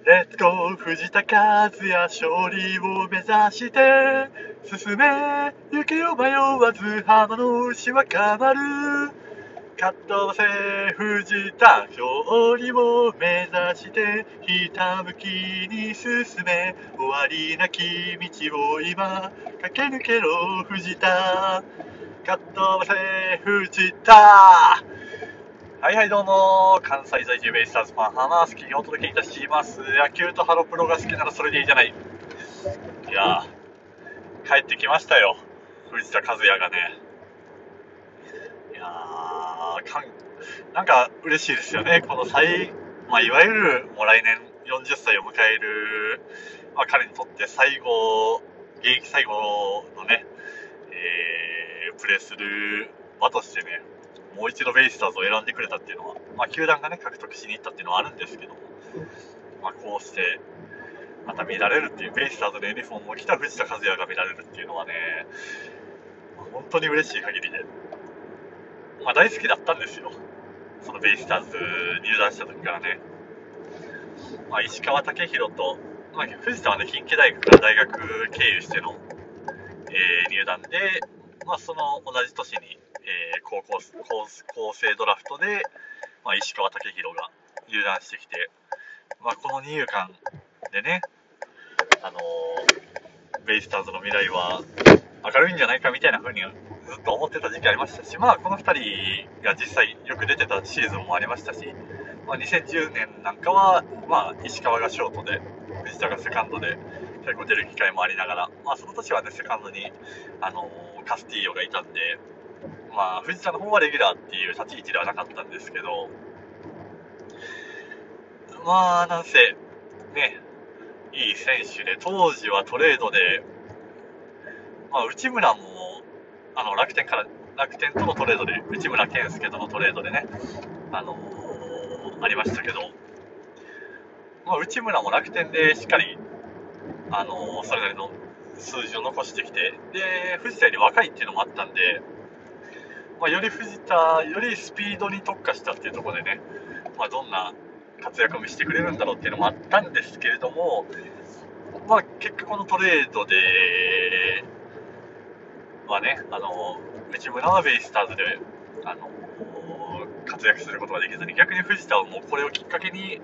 レッツゴー藤田和也勝利を目指して進め行けよ迷わず浜の牛は変わるかっ飛ばせ藤田勝利を目指してひたむきに進め終わりなき道を今駆け抜けろ藤田かっ飛ばせ藤田。はいはい、どうも関西在住ベイスターズファン浜好きにお届けいたします。野球とハロプロが好きならそれでいいじゃない。いやー、帰ってきましたよ藤田和也がね。いやー、なんか嬉しいですよね。このいわゆるもう来年40歳を迎える、彼にとって現役最後のね、プレーする場としてね、もう一度ベイスターズを選んでくれたっていうのは、球団がね、獲得しに行ったっていうのはあるんですけども、こうして、また見られるっていう、ベイスターズのユニフォームを着た藤田和也が見られるっていうのはね、本当に嬉しい限りで、大好きだったんですよ。そのベイスターズ入団した時からね。石川武弘と、藤田はね、近畿大学から大学経由しての、入団で、その同じ年に、高生ドラフトで、石川武弘が入団してきて、この二遊間でね、ベイスターズの未来は明るいんじゃないかみたいな風にずっと思ってた時期ありましたし、この2人が実際よく出てたシーズンもありましたし、2010年なんかは、石川がショートで藤田がセカンドで結構出る機会もありながら、その年はねセカンドに、カスティーヨがいたんで、藤田の方はレギュラーっていう立ち位置ではなかったんですけど、なんせね、いい選手で、当時はトレードで、内村も楽天とのトレードで、内村健介とのトレードでね、ありましたけど、内村も楽天でしっかり、それなりの数字を残してきて、で、藤田より若いっていうのもあったんで、より藤田よりスピードに特化したっていうところでね、どんな活躍をしてくれるんだろうっていうのもあったんですけれども、結局このトレードでね、内村はベイスターズで、活躍することができずに、逆に藤田はもうこれをきっかけに、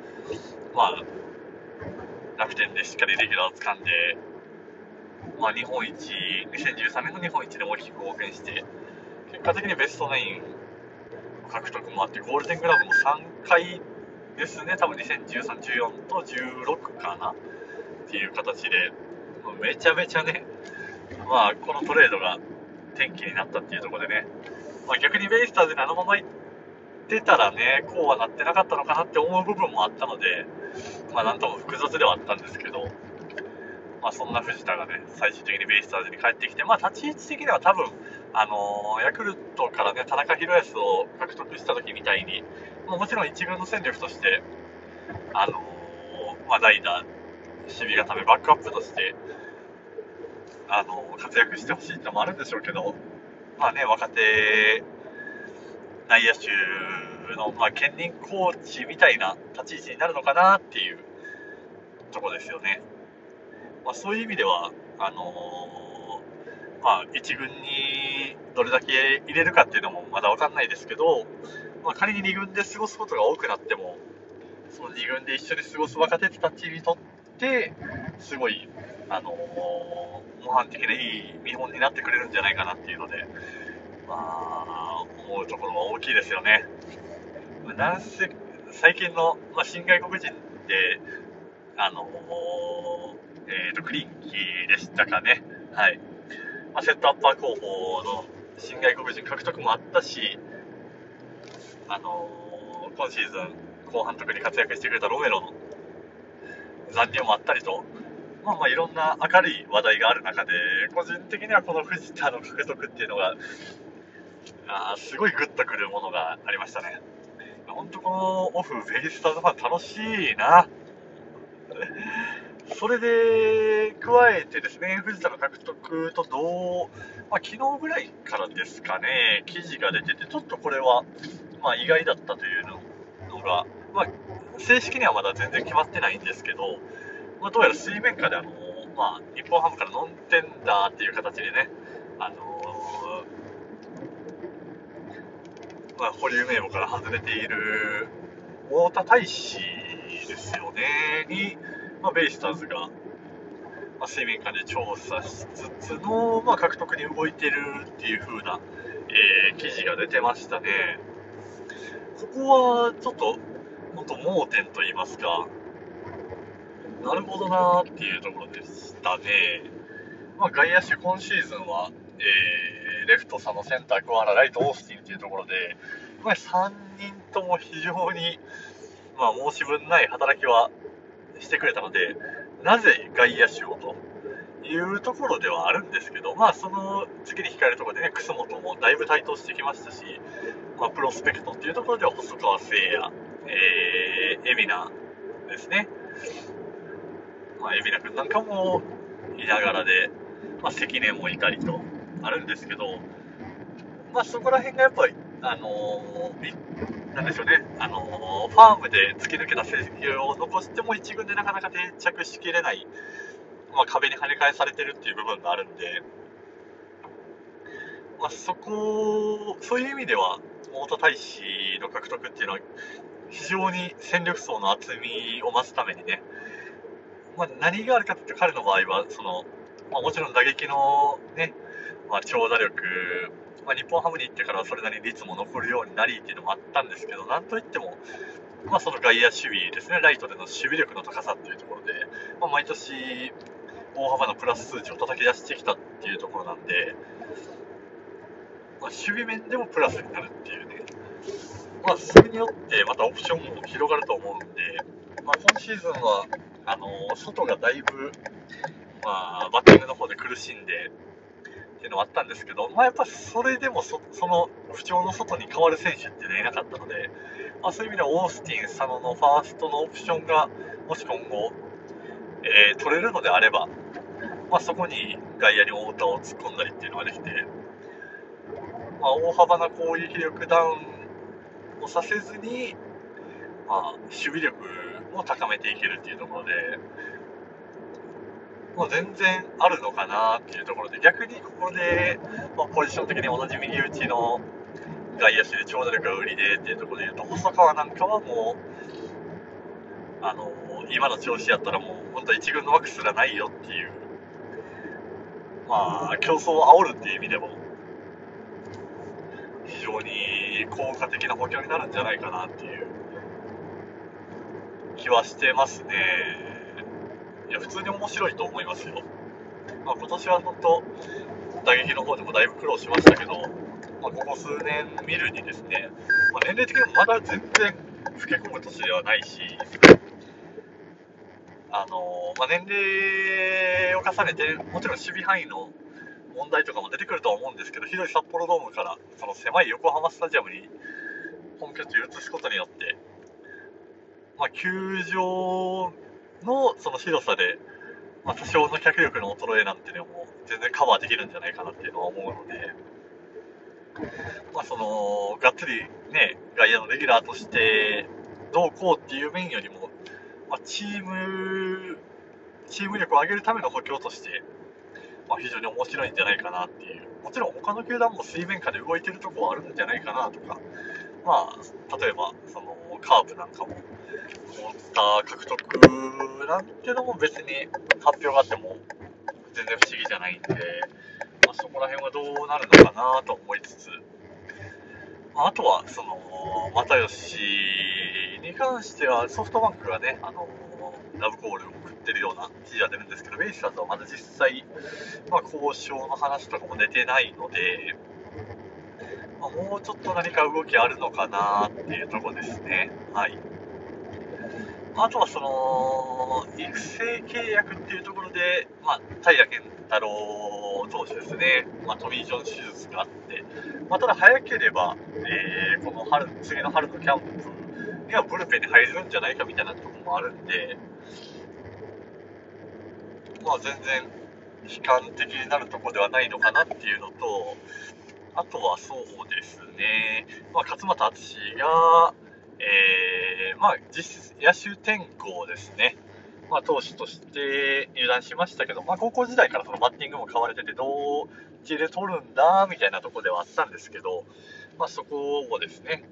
楽天でしっかりレギュラーを掴んで、日本一、2013年の日本一で大きく貢献して、結果的にベストナイン獲得もあって、ゴールデングラブも3回ですね、多分2013、14と16かなっていう形で、めちゃめちゃね、このトレードが転機になったっていうところでね、逆にベイスターズにあのまま行ってたらね、こうはなってなかったのかなって思う部分もあったので、なんとも複雑ではあったんですけど、そんな藤田がね、最終的にベイスターズに帰ってきて、立ち位置的には多分、ヤクルトからね、田中宏康を獲得した時みたいに、もちろん一軍の戦力として、代打、守備固め、バックアップとして、活躍してほしいってのもあるんでしょうけど、若手内野手の、兼任コーチみたいな立ち位置になるのかなっていうところですよね。そういう意味では、一軍にどれだけ入れるかっていうのもまだ分かんないですけど、仮に二軍で過ごすことが多くなっても、その二軍で一緒に過ごす若手たちにとってすごい、模範的ないい見本になってくれるんじゃないかなっていうので、思うところは大きいですよね。なんせ最近の、新外国人ってクリンキーでしたかね。はい。セットアッパー候補の新外国人獲得もあったし、今シーズン後半特に活躍してくれたロメロの残留もあったりと、いろんな明るい話題がある中で、個人的にはこの藤田の獲得っていうのが、すごいグッとくるものがありましたね。本当このオフ、ベイスターズファン楽しいな。それで加えてですね、藤田の獲得と昨日ぐらいからですかね、記事が出てて、ちょっとこれは、意外だったというのが、 正式にはまだ全然決まってないんですけど、どうやら水面下で日本ハムからノンテンダーっていう形でね、保留名簿から外れている太田大使ですよねに、ベイスターズが、水面下で調査しつつの、獲得に動いてるっていう風な、記事が出てましたね。ここはちょっと本当盲点と言いますか、なるほどなーっていうところでしたね。外野手今シーズンは、レフト佐野、センター桑原、ライトオースティンっていうところで、3人とも非常に、申し分ない働きはしてくれたので、なぜ外野手をというところではあるんですけど、その次に控えるところでね、楠本もだいぶ台頭してきましたし、プロスペクトっていうところでは細川誠也、海老名ですね。海老名君なんかもいながらで、関根もいたりとあるんですけど、そこら辺がやっぱり、なんでしょうね、ファームで突き抜けた成績を残しても1軍でなかなか定着しきれない、壁に跳ね返されてるっていう部分があるんで、そういう意味では、太田大使の獲得っていうのは、非常に戦力層の厚みを増すためにね、何があるかというと、彼の場合はもちろん打撃のね、長打力、日本ハムに行ってからはそれなりに率も残るようになりっていうのもあったんですけど、なんといっても、その外野守備ですね、ライトでの守備力の高さっていうところで、毎年大幅なプラス数値を叩き出してきたっていうところなんで、守備面でもプラスになるっていうね、それによってまたオプションも広がると思うんで、今シーズンは外がだいぶ、バッティングの方で苦しんでっていうのはあったんですけど、やっぱそれでもその不調の外に変わる選手っていうのはいなかったので、そういう意味ではオースティン、佐野のファーストのオプションがもし今後、取れるのであれば、そこに外野に太田を突っ込んだりっていうのができて、大幅な攻撃力ダウンをさせずに、守備力も高めていけるっていうところで、全然あるのかなっていうところで、逆にここで、ポジション的に同じ右打ちの外野手で長打力が売りでっていうところでいうと、細川なんかはもう、今の調子やったらもう本当一軍の枠すらないよっていう、競争を煽るっていう意味でも非常に効果的な補強になるんじゃないかなっていう気はしてますね。いや、普通に面白いと思いますよ。今年は本当打撃の方でもだいぶ苦労しましたけど、ここ数年見るにですね、年齢的にもまだ全然老け込む年ではないし、年齢を重ねて、もちろん守備範囲の問題とかも出てくるとは思うんですけど、広い札幌ドームからその狭い横浜スタジアムに本拠地を移すことによって、球場のその広さで、多少の脚力の衰えなんていうのも全然カバーできるんじゃないかなっていうのは思うので、がっつりね、外野のレギュラーとしてどうこうっていう面よりも、チーム力を上げるための補強として、非常に面白いんじゃないかなっていう。もちろん他の球団も水面下で動いてるところはあるんじゃないかなとか、例えばカープなんかも太田獲得なんてのも別に発表があっても全然不思議じゃないんで、そこら辺はどうなるのかなと思いつつ、あとは又吉に関してはソフトバンクがね、ラブコールを送ってるような記事が出るんですけど、ベイスターズはまだ実際、交渉の話とかも出てないので、もうちょっと何か動きあるのかなっていうところですね。はい。あとは育成契約っていうところで、平健太郎投手ですね、トミー・ジョン手術があって、ただ早ければ、この次の春のキャンプにはブルペンに入れるんじゃないかみたいなところもあるんで、全然悲観的になるところではないのかなっていうのと、あとはそうですね、勝俣敦が、 野手転向ですね。投手として入団しましたけど、高校時代からそのバッティングも買われてて、どっちで取るんだみたいなところではあったんですけど、そこをですね、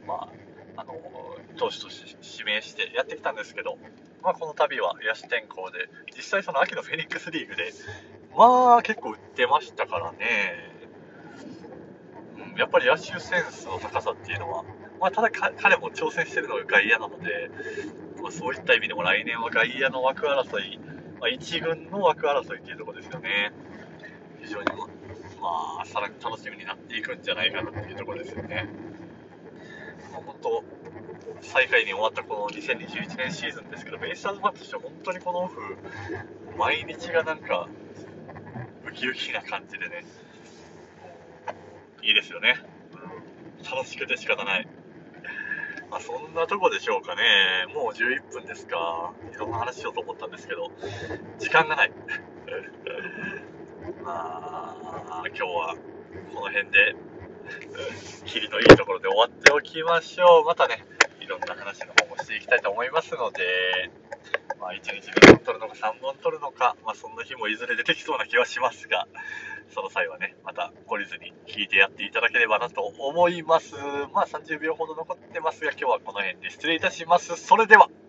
投手として指名してやってきたんですけど、この度は野手転向で、実際その秋のフェニックスリーグで、結構打ってましたからね。やっぱり野手センスの高さっていうのは、ただ彼も挑戦してるのが外野なので、そういった意味でも来年は外野の枠争い、一軍の枠争いっていうところですよね。非常に、さらに楽しみになっていくんじゃないかなっていうところですよね。本当、最下位に終わったこの2021年シーズンですけど、ベイスターズファンとしては本当にこのオフ、毎日がなんか、ウキウキな感じでね、いいですよね。楽しくて仕方ない。そんなとこでしょうかね。もう11分ですか。いろんな話しようと思ったんですけど、時間がない。今日はこの辺で、切りのいいところで終わっておきましょう。またね、いろんな話の方もしていきたいと思いますので、1日2本取るのか3本取るのか、そんな日もいずれ出てきそうな気はしますが、その際はね、また懲りずに聞いてやっていただければなと思います。30秒ほど残ってますが、今日はこの辺で失礼いたします。それでは。